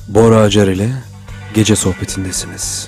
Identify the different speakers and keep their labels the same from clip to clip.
Speaker 1: Bora Acar ile Gece Sohbetindesiniz.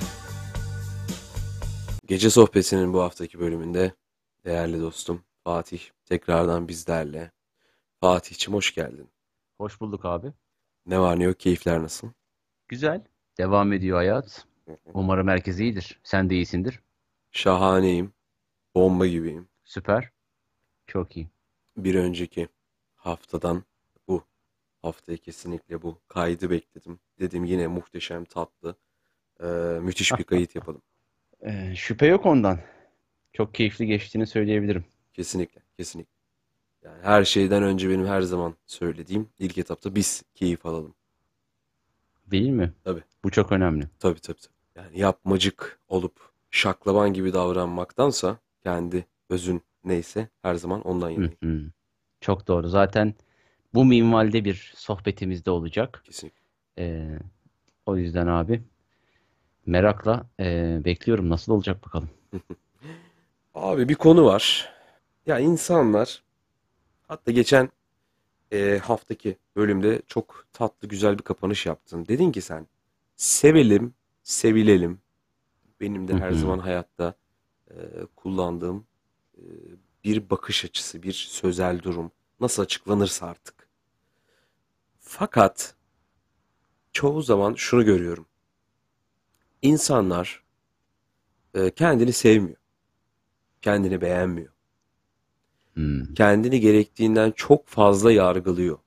Speaker 1: Gece Sohbeti'nin bu haftaki bölümünde değerli dostum Fatih tekrardan bizlerle. Fatih'cim hoş geldin.
Speaker 2: Hoş bulduk abi.
Speaker 1: Ne var ne yok, keyifler nasıl?
Speaker 2: Güzel. Devam ediyor hayat. Umarım herkes iyidir. Sen de iyisindir.
Speaker 1: Şahaneyim, bomba gibiyim.
Speaker 2: Süper. Çok iyi.
Speaker 1: Bir önceki haftadan bu haftaya kesinlikle bu kaydı bekledim. Dedim yine muhteşem tatlı, müthiş bir kayıt yapalım.
Speaker 2: Şüphe yok ondan. Çok keyifli geçtiğini söyleyebilirim.
Speaker 1: Kesinlikle, kesinlikle. Yani her şeyden önce benim her zaman söylediğim ilk etapta biz keyif alalım.
Speaker 2: Değil mi?
Speaker 1: Tabii.
Speaker 2: Bu çok önemli.
Speaker 1: Tabii tabii tabii. Yani yapmacık olup şaklaban gibi davranmaktansa kendi özün neyse her zaman ondan
Speaker 2: Hı
Speaker 1: yanayım.
Speaker 2: hı. Çok doğru. Zaten bu minvalde bir sohbetimizde olacak.
Speaker 1: Kesinlikle.
Speaker 2: Ee, O yüzden abi merakla bekliyorum. Nasıl olacak bakalım.
Speaker 1: Abi bir konu var. Ya insanlar hatta geçen haftaki bölümde çok tatlı güzel bir kapanış yaptın. Dedin ki sen sevelim, sevilelim. Benim de
Speaker 2: Hı
Speaker 1: her
Speaker 2: hı.
Speaker 1: zaman hayatta e, kullandığım e, bir bakış açısı, bir sözel durum. Nasıl açıklanırsa artık. Fakat çoğu zaman şunu görüyorum. İnsanlar kendini sevmiyor, kendini beğenmiyor.
Speaker 2: Hmm.
Speaker 1: Kendini gerektiğinden çok fazla yargılıyor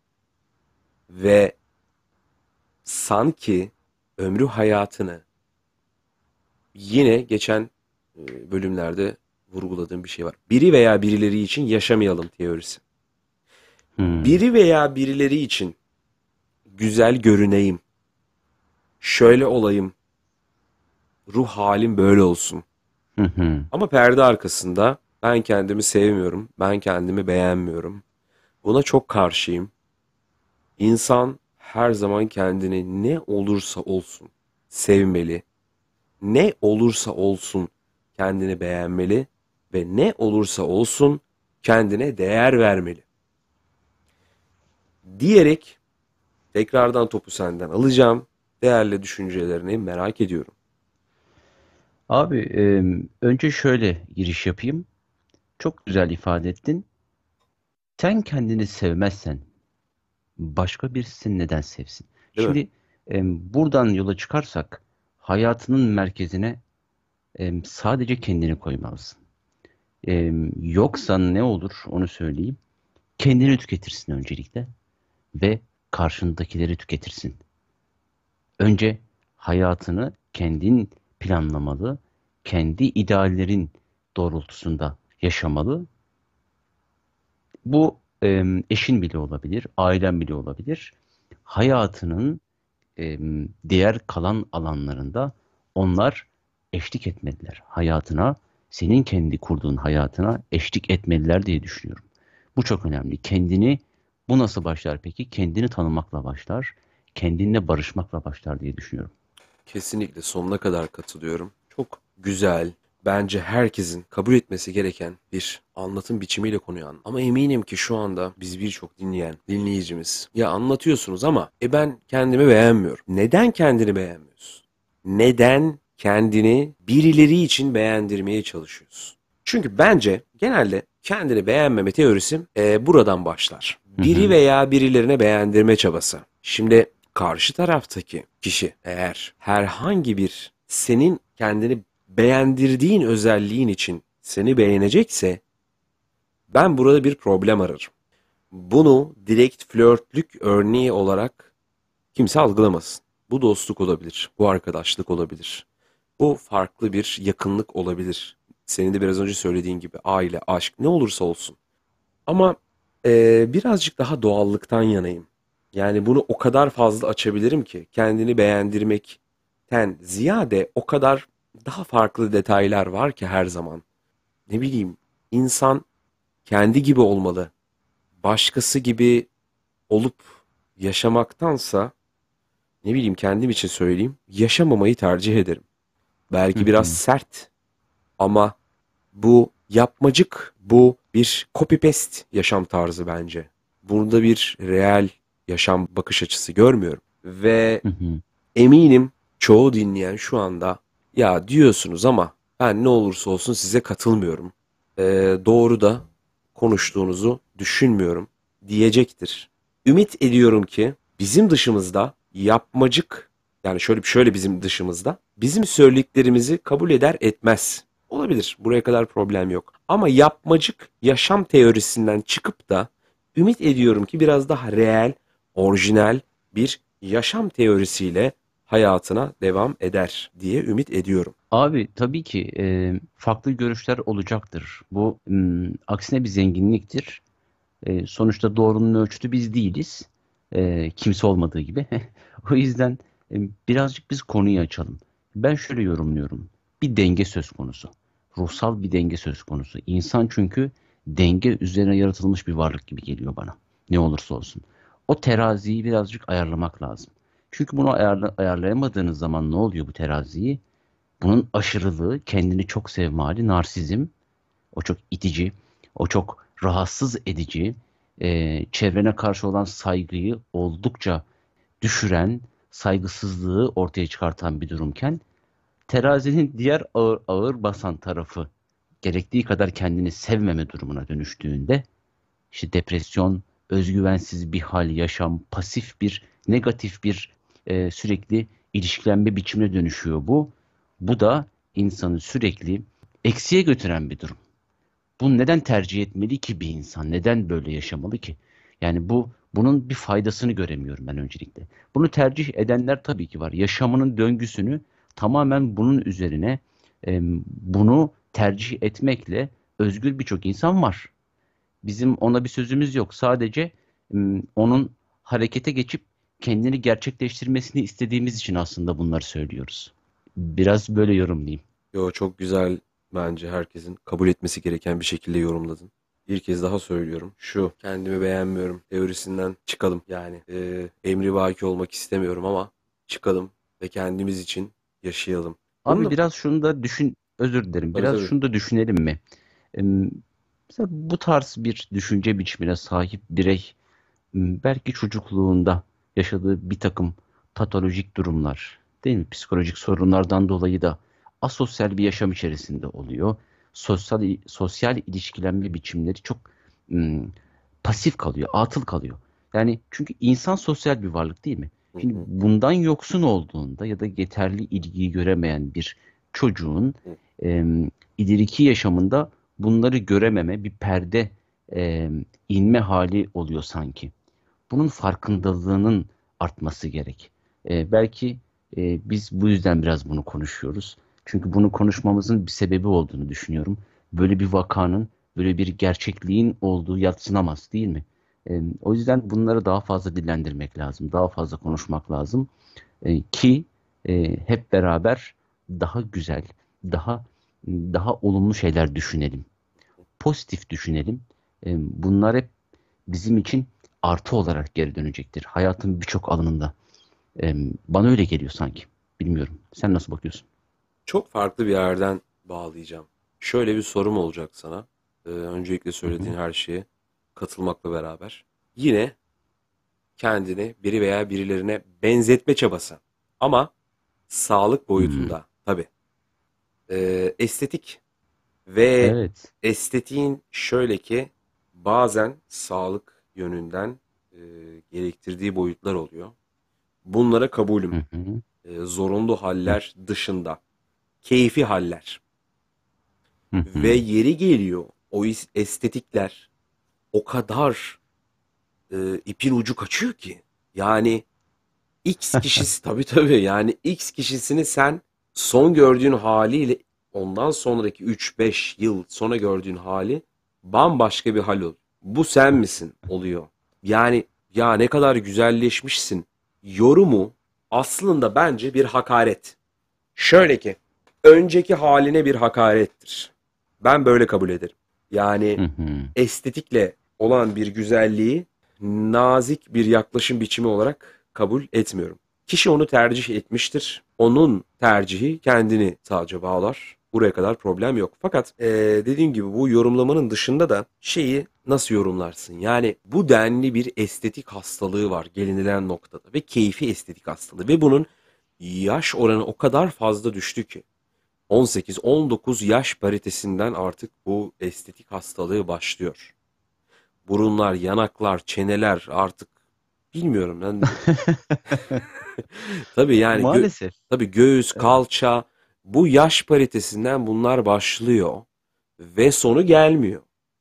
Speaker 1: ve sanki ömrü hayatını yine geçen bölümlerde vurguladığım bir şey var. Biri veya birileri için yaşamayalım teorisi.
Speaker 2: Hmm.
Speaker 1: Biri veya birileri için güzel görüneyim, şöyle olayım, ruh halim böyle olsun.
Speaker 2: Hı hı.
Speaker 1: Ama perde arkasında ben kendimi sevmiyorum, ben kendimi beğenmiyorum. Buna çok karşıyım. İnsan her zaman kendini ne olursa olsun sevmeli. Ne olursa olsun kendini beğenmeli ve ne olursa olsun kendine değer vermeli. Diyerek tekrardan topu senden alacağım. Değerli düşüncelerini merak ediyorum.
Speaker 2: Abi önce şöyle giriş yapayım. Çok güzel ifade ettin. Sen kendini sevmezsen başka birisi neden sevsin?
Speaker 1: Değil mi?
Speaker 2: Şimdi buradan yola çıkarsak hayatının merkezine sadece kendini koymalısın. Yoksa ne olur onu söyleyeyim. Kendini tüketirsin öncelikle ve karşındakileri tüketirsin. Önce hayatını kendin planlamalı, kendi ideallerin doğrultusunda yaşamalı. Bu eşin bile olabilir, ailen bile olabilir. Hayatının diğer kalan alanlarında onlar eşlik etmeliler hayatına, senin kendi kurduğun hayatına eşlik etmeliler diye düşünüyorum. Bu çok önemli. Bu nasıl başlar peki? Kendini tanımakla başlar, kendinle barışmakla başlar diye düşünüyorum.
Speaker 1: Kesinlikle sonuna kadar katılıyorum. Çok güzel, bence herkesin kabul etmesi gereken bir anlatım biçimiyle konuyu anlat. Ama eminim ki şu anda biz birçok dinleyen dinleyicimiz ya anlatıyorsunuz ama ben kendimi beğenmiyorum. Neden kendini beğenmiyorsun? Neden kendini birileri için beğendirmeye çalışıyorsun? Çünkü bence genelde kendini beğenmeme teorisi buradan başlar.
Speaker 2: Hı
Speaker 1: Biri
Speaker 2: hı.
Speaker 1: veya birilerine beğendirme çabası. Şimdi karşı taraftaki kişi eğer herhangi bir senin kendini beğendirdiğin özelliğin için seni beğenecekse ben burada bir problem ararım. Bunu direkt flörtlük örneği olarak kimse algılamasın. Bu dostluk olabilir, bu arkadaşlık olabilir. Bu farklı bir yakınlık olabilir. Senin de biraz önce söylediğin gibi aile, aşk ne olursa olsun. Ama birazcık daha doğallıktan yanayım. Yani bunu o kadar fazla açabilirim ki kendini beğendirmekten ziyade o kadar daha farklı detaylar var ki her zaman. Ne bileyim, insan kendi gibi olmalı. Başkası gibi olup yaşamaktansa ne bileyim kendim için söyleyeyim, yaşamamayı tercih ederim.
Speaker 2: Hı
Speaker 1: Belki biraz
Speaker 2: hı.
Speaker 1: sert ama bu yapmacık, bu bir copy paste yaşam tarzı bence. Burada bir real yaşam bakış açısı görmüyorum. Ve
Speaker 2: Hı hı.
Speaker 1: eminim çoğu dinleyen şu anda ya diyorsunuz ama ben ne olursa olsun size katılmıyorum. Doğru da konuştuğunuzu düşünmüyorum diyecektir. Ümit ediyorum ki bizim dışımızda yapmacık, yani şöyle bizim dışımızda bizim söylediklerimizi kabul eder etmez. Olabilir. Buraya kadar problem yok. Ama yapmacık yaşam teorisinden çıkıp da ümit ediyorum ki biraz daha reel, orijinal bir yaşam teorisiyle hayatına devam eder diye ümit ediyorum.
Speaker 2: Abi tabii ki farklı görüşler olacaktır. Bu aksine bir zenginliktir. Sonuçta doğrunun ölçütü biz değiliz. Kimse olmadığı gibi. O yüzden birazcık biz konuyu açalım. Ben şöyle yorumluyorum. Bir denge söz konusu. Ruhsal bir denge söz konusu. İnsan çünkü denge üzerine yaratılmış bir varlık gibi geliyor bana. Ne olursa olsun. O teraziyi birazcık ayarlamak lazım. Çünkü bunu ayarlayamadığınız zaman ne oluyor bu teraziyi? Bunun aşırılığı, kendini çok sevme hali, narsizm, o çok itici, o çok rahatsız edici, çevrene karşı olan saygıyı oldukça düşüren, saygısızlığı ortaya çıkartan bir durumken, terazinin diğer ağır basan tarafı gerektiği kadar kendini sevmeme durumuna dönüştüğünde, işte depresyon, özgüvensiz bir hal, yaşam, pasif bir, negatif bir sürekli ilişkilenme biçimine dönüşüyor bu. Bu da insanı sürekli eksiye götüren bir durum. Bunu neden tercih etmeli ki bir insan? Neden böyle yaşamalı ki? Yani bunun bir faydasını göremiyorum ben öncelikle. Bunu tercih edenler tabii ki var. Yaşamının döngüsünü tamamen bunun üzerine bunu tercih etmekle özgür birçok insan var. Bizim ona bir sözümüz yok. Sadece onun harekete geçip kendini gerçekleştirmesini istediğimiz için aslında bunları söylüyoruz. Biraz böyle yorumlayayım.
Speaker 1: Yo, çok güzel, bence herkesin kabul etmesi gereken bir şekilde yorumladın. Bir kez daha söylüyorum. Şu kendimi beğenmiyorum teorisinden çıkalım. Yani emrivaki olmak istemiyorum ama çıkalım ve kendimiz için yaşayalım. Bunu
Speaker 2: Abi
Speaker 1: da
Speaker 2: biraz şunu da düşün, özür dilerim.
Speaker 1: tabii
Speaker 2: Biraz
Speaker 1: tabii.
Speaker 2: şunu da düşünelim mi? Em, Mesela bu tarz bir düşünce biçimine sahip birey belki çocukluğunda yaşadığı bir takım patolojik durumlar, değil mi? Psikolojik sorunlardan dolayı da asosyal bir yaşam içerisinde oluyor. Sosyal ilişkilenme biçimleri çok m, pasif kalıyor, atıl kalıyor. Yani çünkü insan sosyal bir varlık değil mi?
Speaker 1: Hı
Speaker 2: Şimdi
Speaker 1: hı,
Speaker 2: bundan yoksun olduğunda ya da yeterli ilgiyi göremeyen bir çocuğun
Speaker 1: hı.
Speaker 2: ileriki yaşamında bunları görememe, bir perde inme hali oluyor sanki. Bunun farkındalığının artması gerek. Belki biz bu yüzden biraz bunu konuşuyoruz. Çünkü bunu konuşmamızın bir sebebi olduğunu düşünüyorum. Böyle bir vakanın, böyle bir gerçekliğin olduğu yadsınamaz, değil mi? O yüzden bunları daha fazla dillendirmek lazım, daha fazla konuşmak lazım. Ki hep beraber daha güzel, daha daha olumlu şeyler düşünelim, pozitif düşünelim. Bunlar hep bizim için artı olarak geri dönecektir. Hayatın birçok alanında. Bana öyle geliyor sanki. Bilmiyorum. Sen nasıl bakıyorsun?
Speaker 1: Çok farklı bir yerden bağlayacağım. Şöyle bir sorum olacak sana. Öncelikle
Speaker 2: Hı hı.
Speaker 1: söylediğin her şeye katılmakla beraber. Yine kendini biri veya birilerine benzetme çabası. Ama sağlık
Speaker 2: Hmm.
Speaker 1: boyutunda tabii. Estetik ve
Speaker 2: Evet.
Speaker 1: estetiğin şöyle ki bazen sağlık yönünden e, gerektirdiği boyutlar oluyor. Bunlara kabulüm.
Speaker 2: Hı hı.
Speaker 1: Zorunlu
Speaker 2: Hı
Speaker 1: haller dışında. Keyfi haller.
Speaker 2: hı.
Speaker 1: Ve
Speaker 2: Hı.
Speaker 1: yeri geliyor o estetikler o kadar ipin ucu kaçıyor ki. Yani X kişisi, tabii tabii, yani X kişisini sen son gördüğün haliyle ondan sonraki 3-5 yıl sonra gördüğün hali bambaşka bir hal oluyor. Bu sen misin oluyor. Yani ya ne kadar güzelleşmişsin yorumu aslında bence bir hakaret. Şöyle ki önceki haline bir hakarettir. Ben böyle kabul ederim. Yani
Speaker 2: Hı hı.
Speaker 1: estetikle olan bir güzelliği nazik bir yaklaşım biçimi olarak kabul etmiyorum. Kişi onu tercih etmiştir. Onun tercihi kendini sadece bağlar. Buraya kadar problem yok. Fakat dediğim gibi bu yorumlamanın dışında da şeyi nasıl yorumlarsın? Yani bu denli bir estetik hastalığı var gelinilen noktada ve keyfi estetik hastalığı ve bunun yaş oranı o kadar fazla düştü ki 18-19 yaş paritesinden artık bu estetik hastalığı başlıyor. Burunlar, yanaklar, çeneler artık bilmiyorum ben. Tabii yani
Speaker 2: Maalesef.
Speaker 1: tabii göğüs,
Speaker 2: Evet.
Speaker 1: kalça bu yaş paritesinden bunlar başlıyor ve sonu gelmiyor.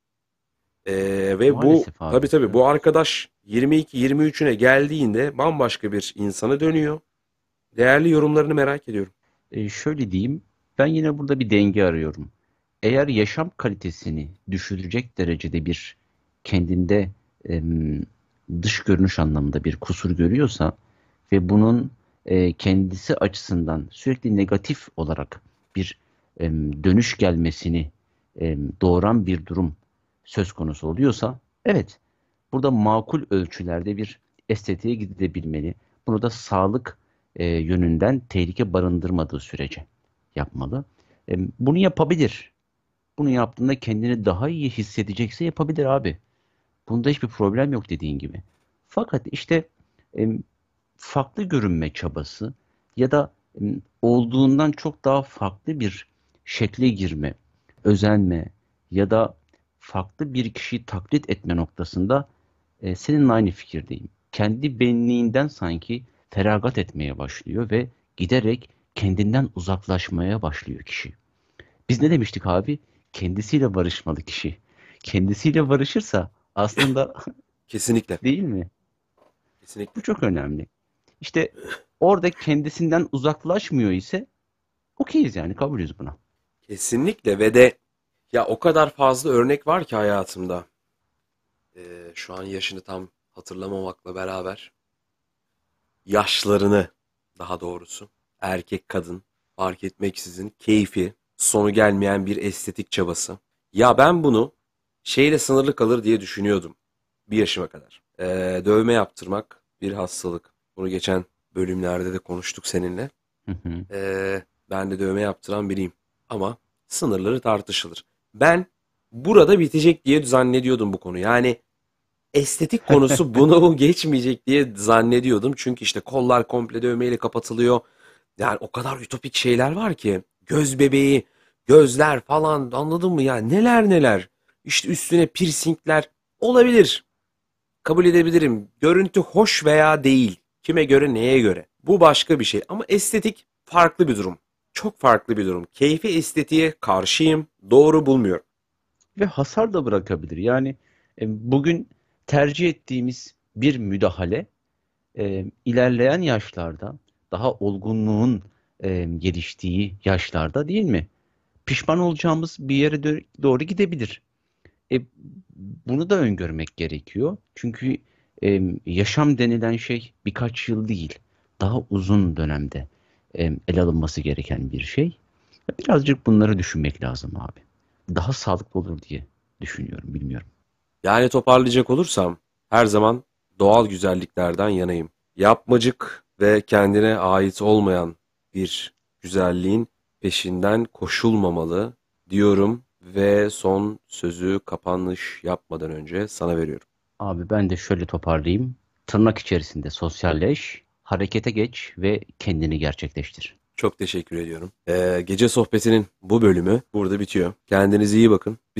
Speaker 1: Ve bu
Speaker 2: Maalesef abi.
Speaker 1: tabii bu
Speaker 2: Evet.
Speaker 1: arkadaş 22-23'üne geldiğinde bambaşka bir insana dönüyor. Değerli yorumlarını merak ediyorum.
Speaker 2: Şöyle diyeyim. Ben yine burada bir denge arıyorum. Eğer yaşam kalitesini düşürecek derecede bir kendinde em, dış görünüş anlamında bir kusur görüyorsa ve bunun kendisi açısından sürekli negatif olarak bir dönüş gelmesini doğuran bir durum söz konusu oluyorsa, evet, burada makul ölçülerde bir estetiğe gidilebilmeli. Bunu da sağlık yönünden tehlike barındırmadığı sürece yapmalı. Bunu yapabilir. Bunu yaptığında kendini daha iyi hissedecekse yapabilir abi. Bunda hiçbir problem yok dediğin gibi. Fakat işte em, farklı görünme çabası ya da olduğundan çok daha farklı bir şekle girme, özenme ya da farklı bir kişiyi taklit etme noktasında seninle aynı fikirdeyim. Kendi benliğinden sanki feragat etmeye başlıyor ve giderek kendinden uzaklaşmaya başlıyor kişi. Biz ne demiştik abi? Kendisiyle barışmalı kişi. Kendisiyle barışırsa aslında
Speaker 1: Kesinlikle.
Speaker 2: değil mi? Bu
Speaker 1: Kesinlikle.
Speaker 2: çok önemli. İşte orada kendisinden uzaklaşmıyor ise okeyiz yani kabulüz buna.
Speaker 1: Kesinlikle ve de ya o kadar fazla örnek var ki hayatımda. Şu an yaşını tam hatırlamamakla beraber yaşlarını daha doğrusu erkek kadın fark etmeksizin keyfi sonu gelmeyen bir estetik çabası. Ya ben bunu şeyle sınırlı kalır diye düşünüyordum bir yaşıma kadar. Dövme yaptırmak bir hastalık. Bunu geçen bölümlerde de konuştuk seninle.
Speaker 2: Hı hı.
Speaker 1: Ben de dövme yaptıran biriyim. Ama sınırları tartışılır. Ben burada bitecek diye zannediyordum bu konu. Yani estetik konusu bunu geçmeyecek diye zannediyordum. Çünkü işte kollar komple dövmeyle kapatılıyor. Yani o kadar ütopik şeyler var ki. Göz bebeği, gözler falan anladın mı ya? Neler neler. İşte üstüne piercingler olabilir. Kabul edebilirim. Görüntü hoş veya değil. Kime göre neye göre. Bu başka bir şey. Ama estetik farklı bir durum. Çok farklı bir durum. Keyfi estetiğe karşıyım. Doğru bulmuyorum.
Speaker 2: Ve hasar da bırakabilir. Yani bugün tercih ettiğimiz bir müdahale ilerleyen yaşlarda daha olgunluğun geliştiği yaşlarda değil mi? Pişman olacağımız bir yere doğru gidebilir. E, Bunu da öngörmek gerekiyor. Çünkü yaşam denilen şey birkaç yıl değil, daha uzun dönemde ele alınması gereken bir şey. Birazcık bunları düşünmek lazım abi. Daha sağlıklı olur diye düşünüyorum, bilmiyorum.
Speaker 1: Yani toparlayacak olursam her zaman doğal güzelliklerden yanayım. Yapmacık ve kendine ait olmayan bir güzelliğin peşinden koşulmamalı diyorum ve son sözü kapanış yapmadan önce sana veriyorum.
Speaker 2: Abi ben de şöyle toparlayayım. Tırnak içerisinde sosyalleş, harekete geç ve kendini gerçekleştir.
Speaker 1: Çok teşekkür ediyorum. Gece sohbetinin bu bölümü burada bitiyor. Kendinize iyi bakın. Bir